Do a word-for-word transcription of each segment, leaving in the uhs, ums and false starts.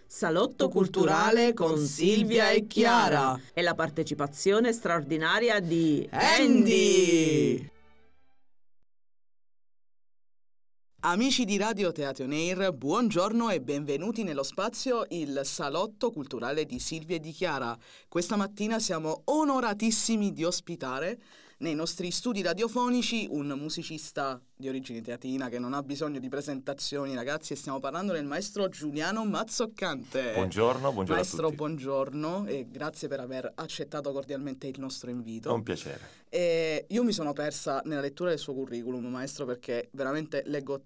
Salotto culturale con Silvia e Chiara e la partecipazione straordinaria di Andy. Amici di Radio Teatro On Air, buongiorno e benvenuti nello spazio Il Salotto Culturale di Silvia e di Chiara. Questa mattina siamo onoratissimi di ospitare nei nostri studi radiofonici un musicista di origine teatina che non ha bisogno di presentazioni, ragazzi, e stiamo parlando del maestro Giuliano Mazzoccante. Buongiorno, buongiorno maestro, a tutti. buongiorno e grazie per aver accettato cordialmente il nostro invito. È un piacere. E io mi sono persa nella lettura del suo curriculum, maestro, perché veramente leggo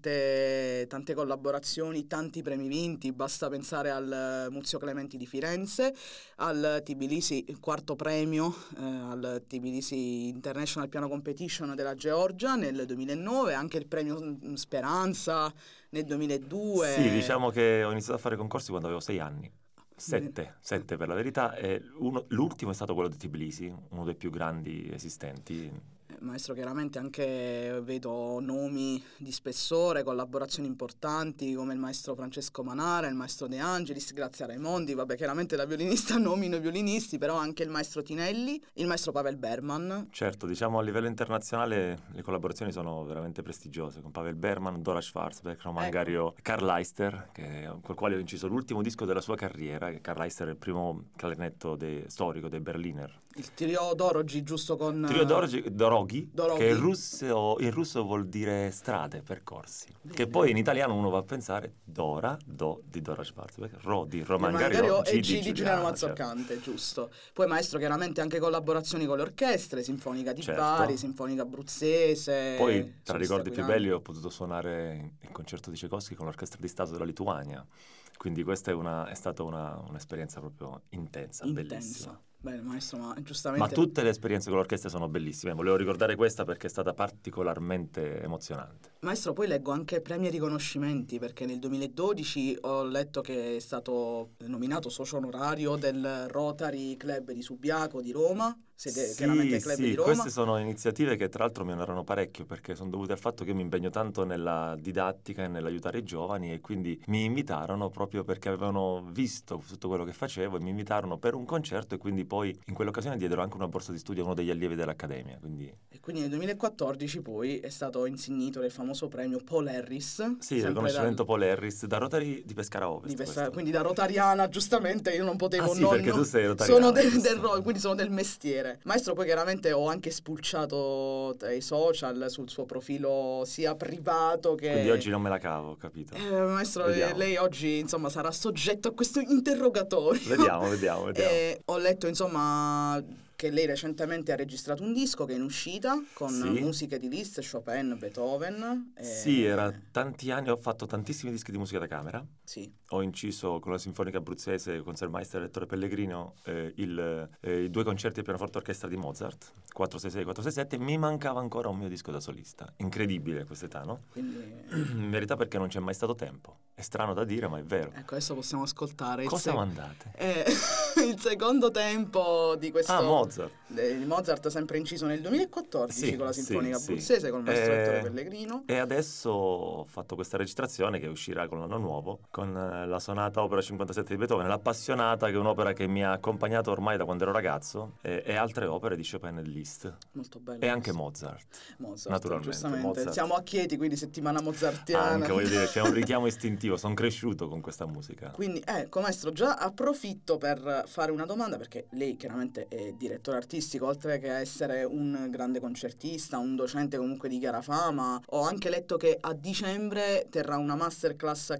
tante, tante collaborazioni, tanti premi vinti. Basta pensare al Muzio Clementi di Firenze, al Tbilisi, il quarto premio eh, al Tbilisi International Piano Competition della Georgia nel duemilanove, anche il premio Speranza nel duemiladue. Sì, diciamo che ho iniziato a fare concorsi quando avevo sei anni. Sette, sette per la verità, e uno, l'ultimo è stato quello di Tbilisi, uno dei più grandi esistenti. Maestro, chiaramente anche vedo nomi di spessore, collaborazioni importanti come il maestro Francesco Manara, il maestro De Angelis, Grazia Raimondi, vabbè, chiaramente da violinista nomino i violinisti, però anche il maestro Tinelli, il maestro Pavel Berman. Certo, diciamo a livello internazionale le collaborazioni sono veramente prestigiose, con Pavel Berman, Dora Schwarzbeck, Roman Ecco. Gario, Karl Leister, che, col quale ho inciso l'ultimo disco della sua carriera. Karl Leister è il primo clarinetto de, storico dei Berliner. Il trio Dorogi, giusto con... Trio Dorogi, Dorogi, Dorogi. che in russo, in russo vuol dire strade, percorsi. Bene. Che poi in italiano uno va a pensare Dora, Do di Dora Schwarzbeck, Ro di Roman Roman Gario, Gario G e G di di Giuliano Mazzoccante, giusto. Poi maestro, chiaramente anche collaborazioni con le orchestre, Sinfonica di Certo. Bari, Sinfonica Abruzzese. Poi, tra Solista ricordi più Guidante. belli, ho potuto suonare il concerto di Tchaikovsky con l'Orchestra di Stato della Lituania. Quindi questa è, una, è stata una, un'esperienza proprio intensa, Intensa. bellissima. Bene, maestro, ma giustamente... Ma tutte le esperienze con l'orchestra sono bellissime. Volevo ricordare questa perché è stata particolarmente emozionante. Maestro, poi leggo anche premi e riconoscimenti, perché nel duemiladodici ho letto che è stato nominato socio onorario del Rotary Club di Subiaco di Roma, siete Sì, chiaramente il club sì, di Roma. queste sono iniziative che tra l'altro mi onorano parecchio perché sono dovute al fatto che io mi impegno tanto nella didattica e nell'aiutare i giovani, e quindi mi invitarono proprio perché avevano visto tutto quello che facevo e mi invitarono per un concerto, e quindi poi in quell'occasione diedero anche una borsa di studio a uno degli allievi dell'Accademia. Quindi... E quindi nel duemilaquattordici poi è stato insignito del famoso premio Paul Harris. Sì, il riconoscimento Paul Harris da Rotary di Pescara Ovest. Di Pescara, questo. quindi da rotariana, giustamente io non potevo Ah, sì, non... perché tu sei rotariana, Sono del, giusto. del ro- quindi sono del mestiere. Maestro, poi chiaramente ho anche spulciato dai social sul suo profilo sia privato che... Quindi oggi non me la cavo, ho capito. Eh, maestro, eh, Vediamo. lei oggi insomma sarà soggetto a questo interrogatorio. Vediamo, vediamo, vediamo. E ho letto insomma che lei recentemente ha registrato un disco che è in uscita con Sì. musiche di Liszt, Chopin, Beethoven. e- Sì, era tanti anni, ho fatto tantissimi dischi di musica da camera. Sì. Ho inciso con la Sinfonica Abruzzese, Concertmeister Ettore Pellegrino, eh, il, eh, i due concerti di pianoforte orchestra di Mozart, quattro sei sei e quattro sei sette. Mi mancava ancora un mio disco da solista. Incredibile a quest'età, no? Quindi In verità perché non c'è mai stato tempo. È strano da dire, ma è vero. ecco, adesso possiamo ascoltare il, Cosa sec- mandate? eh, il secondo tempo di questo Ah, Mozart. di Mozart, sempre inciso nel duemilaquattordici Sì, con la sì, Sinfonica sì. Abruzzese con il maestro Eh, Ettore Pellegrino. E adesso ho fatto questa registrazione che uscirà con l'anno nuovo, con eh, la sonata opera cinquantasette di Beethoven, l'Appassionata, che è un'opera che mi ha accompagnato ormai da quando ero ragazzo, e, e altre opere di Chopin e Liszt. Molto bello. E anche Mozart. Mozart, naturalmente, giustamente. Mozart. Siamo a Chieti, quindi settimana mozartiana. Anche, voglio dire, c'è un richiamo istintivo, sono cresciuto con questa musica. Quindi, ecco, maestro, già approfitto per fare una domanda, perché lei chiaramente è direttore artistico, oltre che essere un grande concertista, un docente comunque di chiara fama. Ho anche letto che a dicembre terrà una masterclass a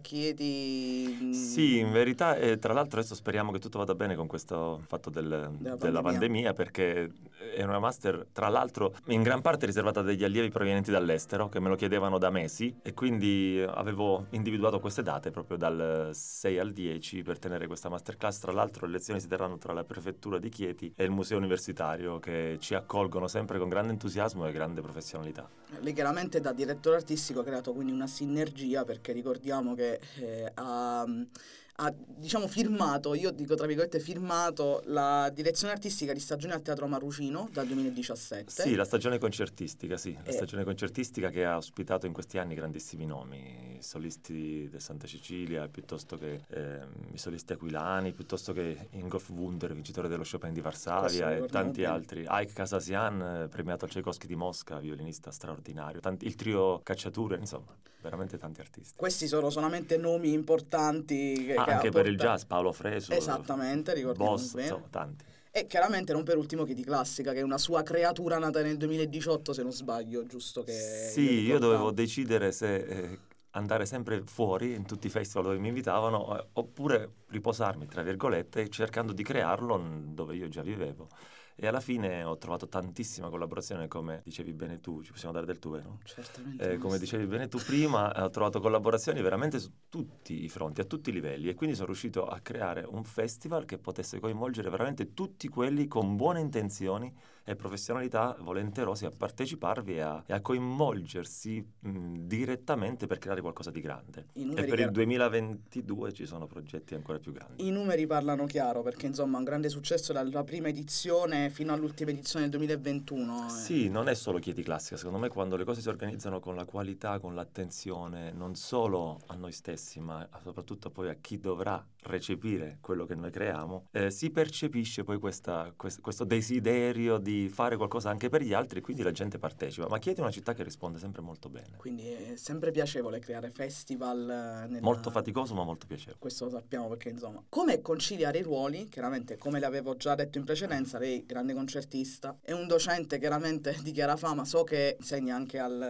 Chieti. Sì, in verità, e tra l'altro adesso speriamo che tutto vada bene con questo fatto del- Della della pandemia. pandemia, perché è una master, tra l'altro, in gran parte riservata a degli allievi provenienti dall'estero, che me lo chiedevano da mesi, e quindi avevo individuato queste date proprio dal sei al dieci per tenere questa masterclass. Tra l'altro le lezioni si terranno tra la prefettura di Chieti e il museo universitario, che ci accolgono sempre con grande entusiasmo e grande professionalità. Lei chiaramente da direttore artistico ha creato quindi una sinergia, perché ricordiamo che eh, ha, ha diciamo firmato, io dico tra virgolette firmato, la direzione artistica di Stagione al Teatro Marrucino dal duemiladiciassette. Sì, la stagione concertistica, sì, la Eh. stagione concertistica che ha ospitato in questi anni grandissimi nomi. solisti del Santa Cecilia, piuttosto che eh, i solisti aquilani, piuttosto che Ingolf Wunder, vincitore dello Chopin di Varsavia, e tanti bene. altri. Ike Kasasian, premiato al Tchaikovsky di Mosca, violinista straordinario. Tanti, il trio Cacciature, insomma, veramente tanti artisti. Questi sono solamente nomi importanti. Che, ah, che anche portato... per il jazz, Paolo Fresu. Esattamente, ricordiamo Boss, bene. Insomma, tanti. E chiaramente non per ultimo Kitty Classica, che è una sua creatura nata nel duemiladiciotto, se non sbaglio, giusto che... Sì, io dovevo decidere se eh, andare sempre fuori in tutti i festival dove mi invitavano eh, oppure riposarmi, tra virgolette, cercando di crearlo dove io già vivevo. E alla fine ho trovato tantissima collaborazione, come dicevi bene tu, ci possiamo dare del tu, vero? Certamente. Eh, come dicevi bene tu prima, ho trovato collaborazioni veramente su tutti i fronti, a tutti i livelli, e quindi sono riuscito a creare un festival che potesse coinvolgere veramente tutti quelli con buone intenzioni e professionalità volenterosi a parteciparvi e a, e a coinvolgersi mh, direttamente per creare qualcosa di grande. E per il duemilaventidue ci sono progetti ancora più grandi. I numeri parlano chiaro, perché insomma un grande successo dalla prima edizione fino all'ultima edizione del duemilaventuno. Eh. Sì, non è solo Chieti Classica, secondo me quando le cose si organizzano con la qualità, con l'attenzione, non solo a noi stessi, ma soprattutto poi a chi dovrà recepire quello che noi creiamo, eh, si percepisce poi questa, quest- questo desiderio di fare qualcosa anche per gli altri, quindi la gente partecipa. Ma Chieti è una città che risponde sempre molto bene. Quindi è sempre piacevole creare festival. Nella... Molto faticoso ma molto piacevole. Questo lo sappiamo, perché insomma, come conciliare i ruoli? Chiaramente, come le avevo già detto in precedenza, lei grande concertista, è un docente chiaramente di chiara fama, so che insegna anche al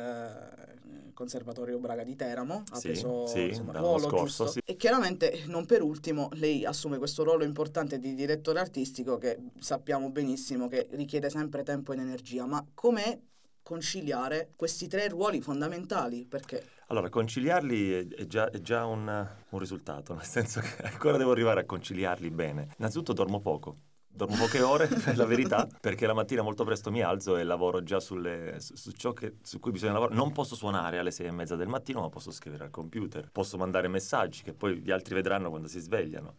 eh, Conservatorio Braga di Teramo, ha sì, preso sì, insomma, l'anno ruolo, scorso, giusto? Sì. E chiaramente, non per ultimo, lei assume questo ruolo importante di direttore artistico che sappiamo benissimo che richiede sempre tempo ed energia, ma com'è conciliare questi tre ruoli fondamentali? Perché allora, conciliarli è, è già, è già un, un risultato, nel senso che ancora devo arrivare a conciliarli bene. Innanzitutto dormo poco. Dormo poche ore, è la verità, perché la mattina molto presto mi alzo e lavoro già sulle, su, su ciò che, su cui bisogna lavorare. Non posso suonare alle sei e mezza del mattino, ma posso scrivere al computer. Posso mandare messaggi che poi gli altri vedranno quando si svegliano.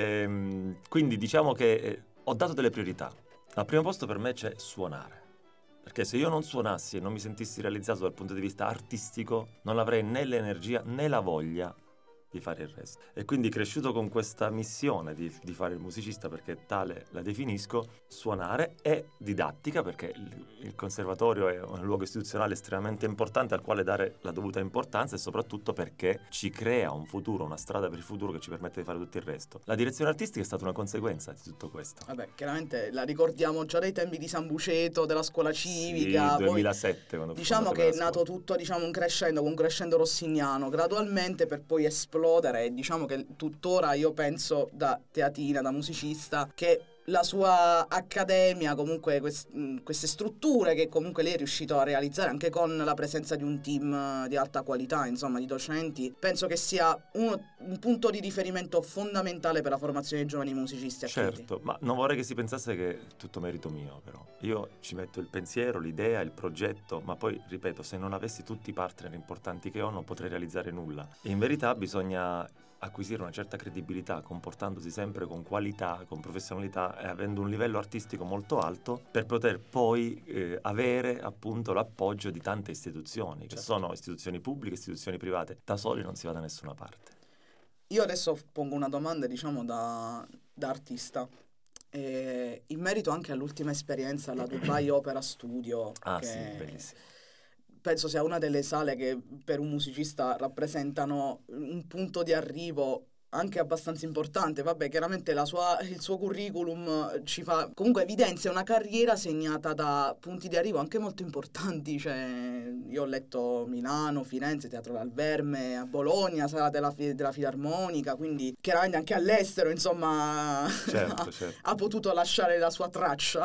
Ehm, quindi diciamo che eh, ho dato delle priorità. Al primo posto per me c'è suonare. Perché se io non suonassi e non mi sentissi realizzato dal punto di vista artistico, non avrei né l'energia né la voglia di fare il resto. E quindi cresciuto con questa missione di, di fare il musicista, perché tale la definisco, suonare, e didattica, perché il, il conservatorio è un luogo istituzionale estremamente importante al quale dare la dovuta importanza, e soprattutto perché ci crea un futuro, una strada per il futuro che ci permette di fare tutto il resto. La direzione artistica è stata una conseguenza di tutto questo. Vabbè, chiaramente la ricordiamo già dai tempi di San Buceto, della scuola civica. Sì, duemilasette, poi, quando diciamo che è nato tutto, diciamo, un crescendo, con un crescendo rossiniano, gradualmente, per poi esplodere. E diciamo che tuttora io penso, da teatina, da musicista, che la sua accademia, comunque quest- queste strutture che comunque lei è riuscito a realizzare anche con la presenza di un team di alta qualità, insomma di docenti, penso che sia un, un punto di riferimento fondamentale per la formazione dei giovani musicisti. Certo, ma non vorrei che si pensasse che è tutto merito mio, però io ci metto il pensiero, l'idea, il progetto, ma poi ripeto, se non avessi tutti i partner importanti che ho non potrei realizzare nulla. E in verità bisogna acquisire una certa credibilità, comportandosi sempre con qualità, con professionalità e avendo un livello artistico molto alto, per poter poi eh, avere appunto l'appoggio di tante istituzioni, che certo. sono istituzioni pubbliche, istituzioni private. Da soli non si va da nessuna parte. Io adesso pongo una domanda, diciamo, da, da artista. Eh, in merito anche all'ultima esperienza, la Dubai Opera Studio. Ah che... sì, bellissimo. Penso sia una delle sale che per un musicista rappresentano un punto di arrivo anche abbastanza importante. Vabbè, chiaramente la sua, il suo curriculum ci fa, comunque evidenzia una carriera segnata da punti di arrivo anche molto importanti. Cioè, io ho letto Milano, Firenze, Teatro dal Verme, a Bologna, sala della, della Filarmonica, quindi chiaramente anche all'estero, insomma, certo, ha, certo. ha potuto lasciare la sua traccia.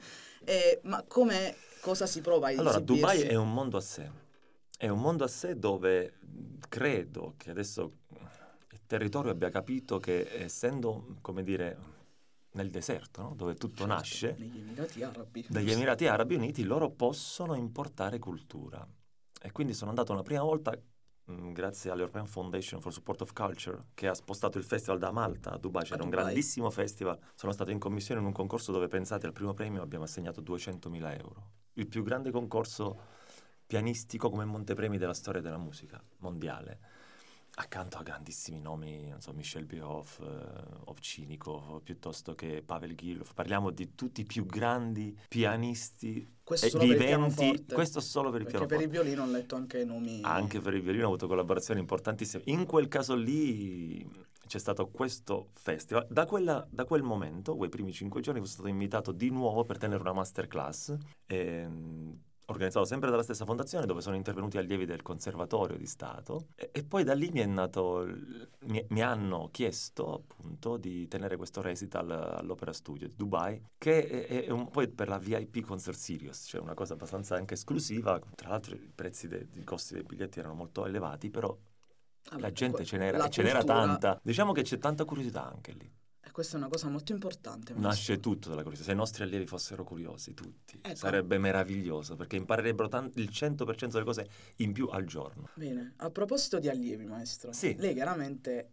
E, ma come... Cosa si prova a Allora, esibirsi? Dubai è un mondo a sé. È un mondo a sé dove credo che adesso il territorio abbia capito che, essendo, come dire, nel deserto, no? Dove tutto certo, nasce, negli Emirati Arabi. dagli Emirati Arabi Uniti, loro possono importare cultura. E quindi sono andato una prima volta, mh, grazie all'European Foundation for Support of Culture, che ha spostato il festival da Malta a Dubai. C'era a un Dubai. grandissimo festival. Sono stato in commissione in un concorso dove, pensate, al primo premio abbiamo assegnato duecentomila euro. Il più grande concorso pianistico come montepremi della storia della musica mondiale. accanto a grandissimi nomi, non so, Michel Bioff, uh, Ovchinnikov, piuttosto che Pavel Gilov. Parliamo di tutti i più grandi pianisti Questo eh, solo per il viventi. pianoforte. Questo solo per il Perché pianoforte. per il violino ho letto anche nomi... Anche per il violino ho avuto collaborazioni importantissime. In quel caso lì c'è stato questo festival. Da, quella, da quel momento, quei primi cinque giorni, sono stato invitato di nuovo per tenere una masterclass. E, organizzato sempre dalla stessa fondazione, dove sono intervenuti allievi del Conservatorio di Stato, e, e poi da lì mi è nato mi, mi hanno chiesto appunto di tenere questo recital all'Opera Studio di Dubai, che è, è un, poi per la V I P Concert Series, cioè una cosa abbastanza anche esclusiva. Tra l'altro i prezzi dei i costi dei biglietti erano molto elevati, però Vabbè, la gente que- ce n'era, la e ce n'era cultura- tanta. Diciamo che c'è tanta curiosità anche lì. E questa è una cosa molto importante. maestro. Nasce tutto dalla curiosità. Se i nostri allievi fossero curiosi tutti, Ecco. sarebbe meraviglioso, perché imparerebbero tan- il cento per cento delle cose in più al giorno. Bene, a proposito di allievi, maestro. Sì. Lei chiaramente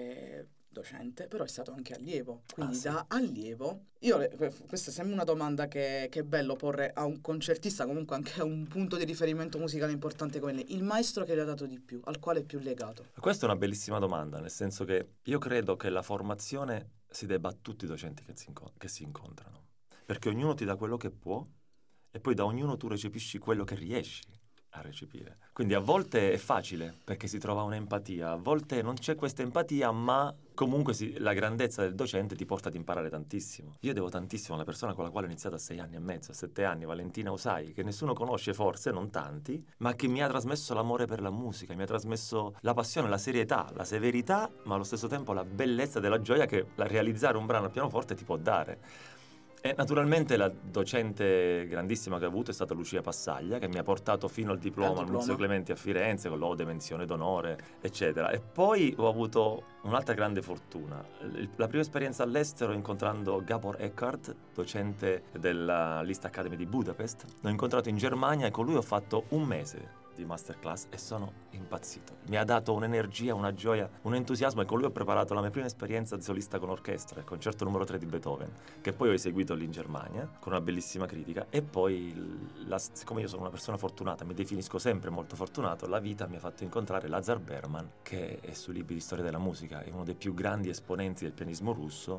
è docente, però è stato anche allievo. Quindi Ah, sì. da allievo... Io, le- que- questa sembra una domanda che, che è bello porre a un concertista, comunque anche a un punto di riferimento musicale importante come lei. Il maestro che le ha dato di più, al quale è più legato. Questa è una bellissima domanda, nel senso che io credo che la formazione si debba a tutti i docenti che si, inco- che si incontrano, perché ognuno ti dà quello che può e poi da ognuno tu recepisci quello che riesci a recepire. Quindi a volte è facile perché si trova un'empatia, a volte non c'è questa empatia, ma comunque si- la grandezza del docente ti porta ad imparare tantissimo. Io devo tantissimo alla persona con la quale ho iniziato a sei anni e mezzo, a sette anni, Valentina Usai, che nessuno conosce forse, non tanti, ma che mi ha trasmesso l'amore per la musica, mi ha trasmesso la passione, la serietà, la severità, ma allo stesso tempo la bellezza della gioia che la- realizzare un brano al pianoforte ti può dare. E naturalmente la docente grandissima che ho avuto è stata Lucia Passaglia, che mi ha portato fino al diploma Al al diploma. Muzio Clementi a Firenze, con lode, menzione d'onore, eccetera. E poi ho avuto un'altra grande fortuna. Il- La prima esperienza all'estero incontrando Gabor Eckart, docente della Liszt Academy di Budapest. L'ho incontrato in Germania e con lui ho fatto un mese di masterclass e sono impazzito. Mi ha dato un'energia, una gioia, un entusiasmo, e con lui ho preparato la mia prima esperienza di solista con orchestra, il concerto numero tre di Beethoven, che poi ho eseguito lì in Germania con una bellissima critica. E poi, l- la- siccome io sono una persona fortunata, mi definisco sempre molto fortunato, la vita mi ha fatto incontrare Lazar Berman, che è sui libri di storia della musica, è uno dei più grandi esponenti del pianismo russo,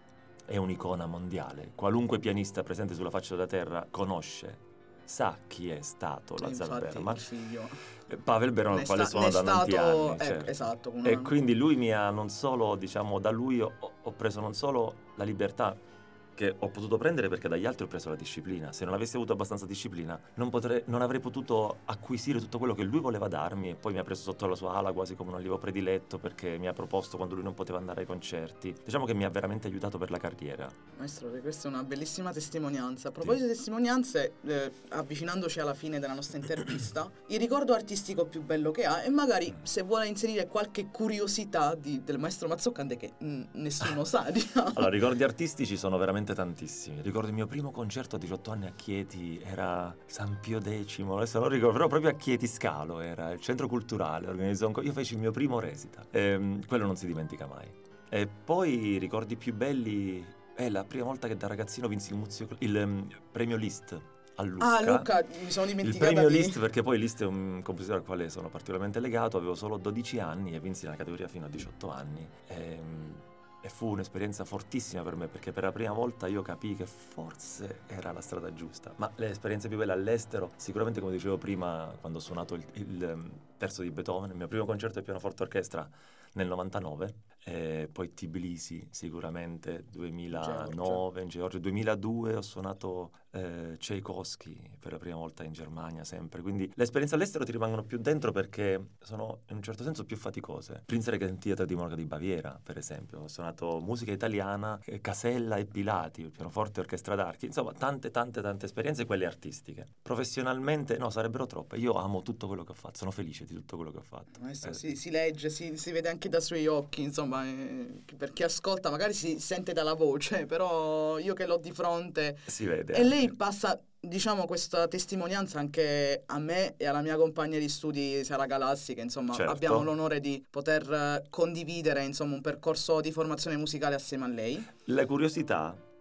è un'icona mondiale. Qualunque pianista presente sulla faccia della terra conosce, sa chi è stato E Lazar infatti Berman. il figlio... Eh, Pavel Berman, ne al quale sta- suono ne da è tanti stato- anni, eh, certo. esatto, con E una- quindi lui mi ha non solo, diciamo, da lui ho, ho preso non solo la libertà che ho potuto prendere, perché dagli altri ho preso la disciplina. Se non avessi avuto abbastanza disciplina non, potrei, non avrei potuto acquisire tutto quello che lui voleva darmi, e poi mi ha preso sotto la sua ala quasi come un allievo prediletto, perché mi ha proposto quando lui non poteva andare ai concerti. Diciamo che mi ha veramente aiutato per la carriera. Maestro, questa è una bellissima testimonianza. A proposito di testimonianze, eh, avvicinandoci alla fine della nostra intervista, il ricordo artistico più bello che ha, e magari se vuole inserire qualche curiosità di- del maestro Mazzoccante che mm, nessuno sa, diciamo. Allora, ricordi artistici sono veramente tantissimi. Ricordo il mio primo concerto a diciotto anni a Chieti, era San Pio X, adesso non ricordo, però proprio a Chieti Scalo, era il centro culturale, organizzò un co- io feci il mio primo recital. Ehm, quello non si dimentica mai. E poi i ricordi più belli è la prima volta che da ragazzino vinsi il, Muzio, il ehm, premio Liszt a Lucca. Ah, Luca, mi sono Il dimenticata premio di... Liszt, perché poi Liszt è un compositore al quale sono particolarmente legato. Avevo solo dodici anni e vinsi nella categoria fino a diciotto anni. Ehm, E fu un'esperienza fortissima per me, perché per la prima volta io capii che forse era la strada giusta. Ma le esperienze più belle all'estero, sicuramente, come dicevo prima, quando ho suonato il, il um, terzo di Beethoven, il mio primo concerto di pianoforte orchestra nel novantanove, e poi Tbilisi sicuramente, duemilanove in Georgia, duemiladue ho suonato eh, Tchaikovsky per la prima volta in Germania sempre. Quindi le esperienze all'estero ti rimangono più dentro perché sono in un certo senso più faticose. Prinzregent Theater di Monaco di Baviera, per esempio, ho suonato musica italiana, eh, Casella e Pilati, il pianoforte e orchestra d'archi, insomma tante tante tante esperienze, quelle artistiche. Professionalmente no, sarebbero troppe. Io amo tutto quello che ho fatto, sono felice di tutto quello che ho fatto. Maestro, Eh, si, si legge, si, si vede anche dai suoi occhi, insomma, eh, per chi ascolta magari si sente dalla voce, però io che l'ho di fronte... si vede. E anche. lei passa, diciamo, questa testimonianza anche a me e alla mia compagna di studi Sara Galassi, che insomma Certo. abbiamo l'onore di poter eh, condividere, insomma, un percorso di formazione musicale assieme a lei. La curiosità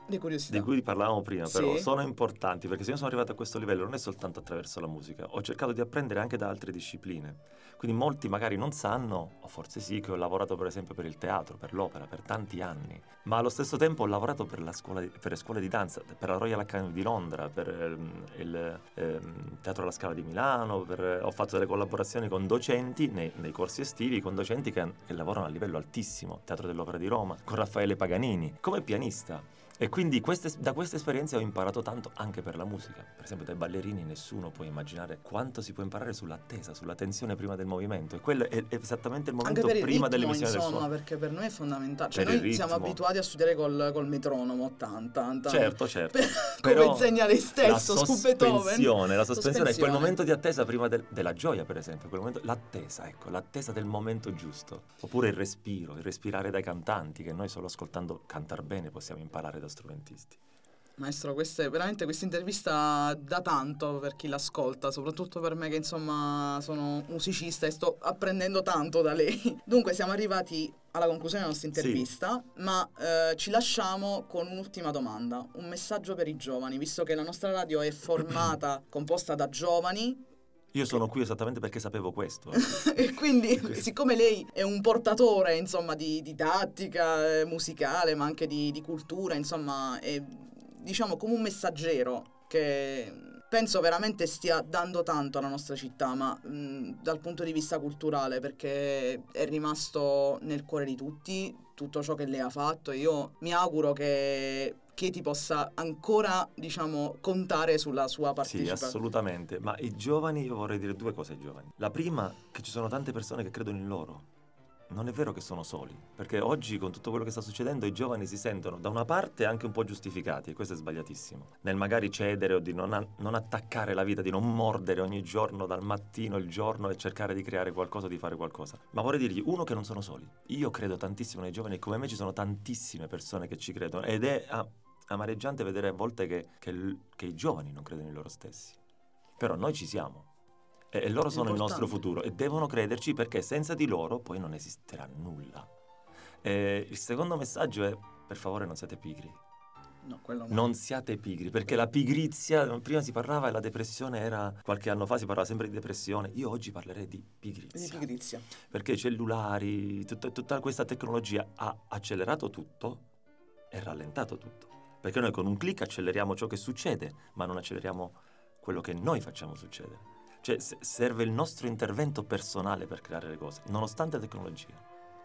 di curiosità. di cui parlavamo prima, Sì. però sono importanti, perché se io sono arrivato a questo livello non è soltanto attraverso la musica, ho cercato di apprendere anche da altre discipline. Quindi molti magari non sanno, o forse sì, che ho lavorato per esempio per il teatro, per l'opera, per tanti anni, ma allo stesso tempo ho lavorato per, la scuola di, per le scuole di danza, per la Royal Academy di Londra, per ehm, il ehm, Teatro alla Scala di Milano, per, ho fatto delle collaborazioni con docenti nei, nei corsi estivi, con docenti che, che lavorano a livello altissimo, Teatro dell'Opera di Roma, con Raffaele Paganini, come pianista. E quindi queste, da queste esperienze ho imparato tanto anche per la musica. Per esempio dai ballerini nessuno può immaginare quanto si può imparare sull'attesa, sulla tensione prima del movimento. E quello è, è esattamente il momento Anche per il prima ritmo, dell'emissione del insomma, suono. perché per noi è fondamentale. Cioè, Per il noi siamo ritmo. abituati a studiare col, col metronomo, tan, tan, tan. Certo, certo. Per- Però come insegna lei stesso, la su Beethoven. sospensione, la sospensione è quel Sospensione. momento di attesa prima del- della gioia, per esempio, quel momento, l'attesa, ecco, l'attesa del momento giusto. Oppure il respiro, il respirare dai cantanti, che noi solo ascoltando cantar bene possiamo imparare da strumentisti. Maestro, questa è veramente questa intervista dà tanto per chi l'ascolta, soprattutto per me che insomma sono musicista e sto apprendendo tanto da lei. Dunque siamo arrivati alla conclusione della nostra intervista, sì. ma eh, ci lasciamo con un'ultima domanda, un messaggio per i giovani, visto che la nostra radio è formata, composta da giovani. Io sono qui esattamente perché sapevo questo. E quindi, siccome lei è un portatore, insomma, di didattica eh, musicale, ma anche di, di cultura, insomma, è diciamo come un messaggero che penso veramente stia dando tanto alla nostra città, ma mh, dal punto di vista culturale, perché è rimasto nel cuore di tutti tutto ciò che lei ha fatto. Io mi auguro che Chieti possa ancora, diciamo, contare sulla sua partecipazione. Sì, assolutamente. Ma i giovani, io vorrei dire due cose ai giovani. La prima, che ci sono tante persone che credono in loro. Non è vero che sono soli, perché oggi con tutto quello che sta succedendo i giovani si sentono da una parte anche un po' giustificati, e questo è sbagliatissimo, nel magari cedere o di non, a- non attaccare la vita, di non mordere ogni giorno dal mattino il giorno e cercare di creare qualcosa, di fare qualcosa. Ma vorrei dirgli, uno, che non sono soli. Io credo tantissimo nei giovani e come me ci sono tantissime persone che ci credono ed è ah, amareggiante vedere a volte che, che, l- che i giovani non credono in loro stessi. Però noi ci siamo. E loro sono il nostro futuro e devono crederci, perché senza di loro poi non esisterà nulla. E il secondo messaggio è: per favore non siate pigri. No, quello no. Non siate pigri, perché la pigrizia, prima si parlava e la depressione era, qualche anno fa si parlava sempre di depressione, io oggi parlerei di pigrizia. Di pigrizia. Perché i cellulari, tutta, tutta questa tecnologia ha accelerato tutto e rallentato tutto. Perché noi con un click acceleriamo ciò che succede, ma non acceleriamo quello che noi facciamo succedere. Cioè serve il nostro intervento personale per creare le cose, nonostante la tecnologia.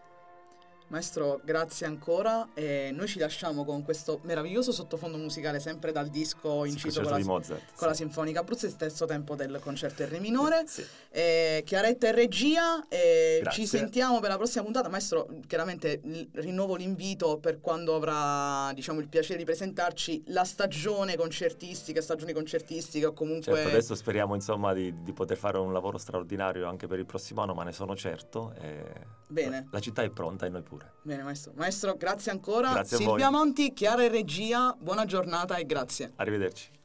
Maestro, grazie ancora e noi ci lasciamo con questo meraviglioso sottofondo musicale sempre dal disco inciso con, la, di Mozart, con sì. la Sinfonica Abruzzo, il terzo tempo del concerto in Re minore. Sì. E Chiaretta e regia e Grazie. ci sentiamo per la prossima puntata. Maestro, chiaramente l- rinnovo l'invito per quando avrà, diciamo, il piacere di presentarci la stagione concertistica, stagioni concertistiche o comunque... Certo, adesso speriamo insomma di, di poter fare un lavoro straordinario anche per il prossimo anno, ma ne sono certo. E Bene. La città è pronta e noi pure. Bene, maestro. Maestro, grazie ancora. Grazie a Silvia voi. Monti, Chiara e regia, buona giornata e grazie. Arrivederci.